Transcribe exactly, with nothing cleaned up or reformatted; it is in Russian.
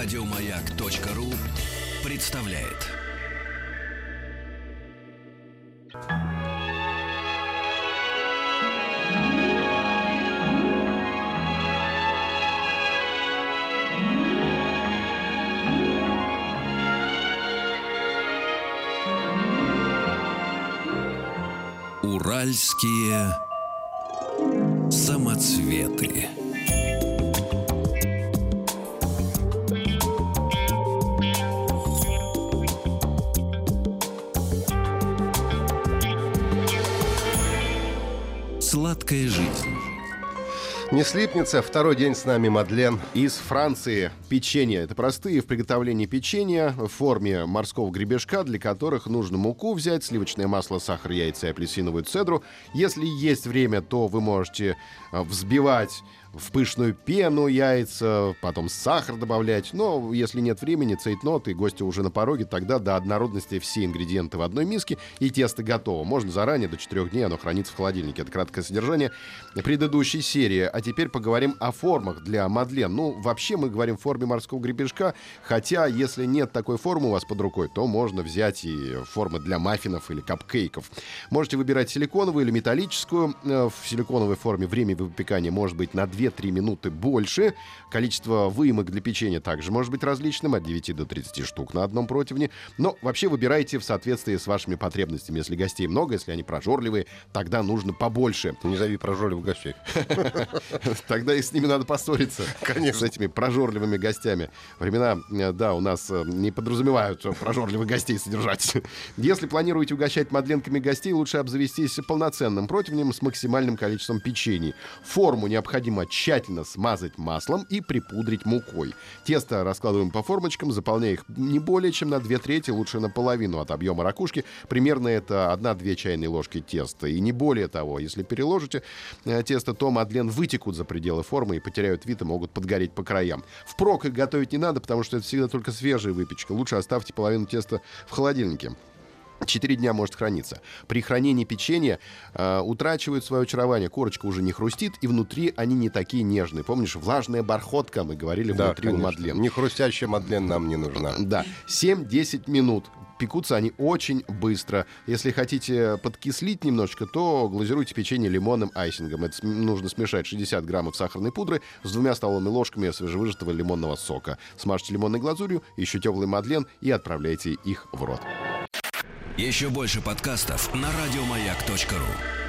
Радиомаяк.ру представляет. Уральские самоцветы. Сладкая жизнь. Не слипнется. Второй день с нами Мадлен из Франции. Печенье. Это простые в приготовлении печенья в форме морского гребешка, для которых нужно муку взять, сливочное масло, сахар, яйца и апельсиновую цедру. Если есть время, то вы можете взбивать в пышную пену яйца, потом сахар добавлять. Но если нет времени, цейтнот и гости уже на пороге, тогда до однородности все ингредиенты в одной миске, и тесто готово. Можно заранее, до четырех дней оно хранится в холодильнике. Это краткое содержание предыдущей серии. А теперь поговорим о формах для Мадлен. Ну, вообще мы говорим в форме морского гребешка, хотя если нет такой формы у вас под рукой, то можно взять и формы для маффинов или капкейков. Можете выбирать силиконовую или металлическую. В силиконовой форме время выпекания может быть на две-три минуты больше. Количество выемок для печенья также может быть различным, от девяти до тридцати штук на одном противне. Но вообще выбирайте в соответствии с вашими потребностями. Если гостей много, если они прожорливые, тогда нужно побольше. Не зови прожорливых гостей. Тогда и с ними надо поссориться. Конечно. С этими прожорливыми гостями. Времена, да, у нас не подразумевают прожорливых гостей содержать. Если планируете угощать мадленками гостей, лучше обзавестись полноценным противнем с максимальным количеством печений. Форму необходимо тщательно смазать маслом и припудрить мукой. Тесто раскладываем по формочкам, заполняя их не более чем на две трети, лучше наполовину от объема ракушки. Примерно это одна-две чайные ложки теста. И не более того. Если переложите тесто, то мадлен вытекут за пределы формы и потеряют вид и могут подгореть по краям. Впрок их готовить не надо, потому что это всегда только свежая выпечка. Лучше оставьте половину теста в холодильнике. Четыре дня может храниться. При хранении печенья э, утрачивают свое очарование. Корочка уже не хрустит, и внутри они не такие нежные. Помнишь, влажная бархотка, мы говорили, да, внутри конечно. у мадлен. Не хрустящая мадлен нам не нужна. Да. семь-десять минут. Пекутся они очень быстро. Если хотите подкислить немножечко, то глазируйте печенье лимонным айсингом. Это нужно смешать шестьдесят граммов сахарной пудры с двумя столовыми ложками свежевыжатого лимонного сока. Смажьте лимонной глазурью, еще теплый мадлен и отправляйте их в рот. Еще больше подкастов на радиомаяк точка ру.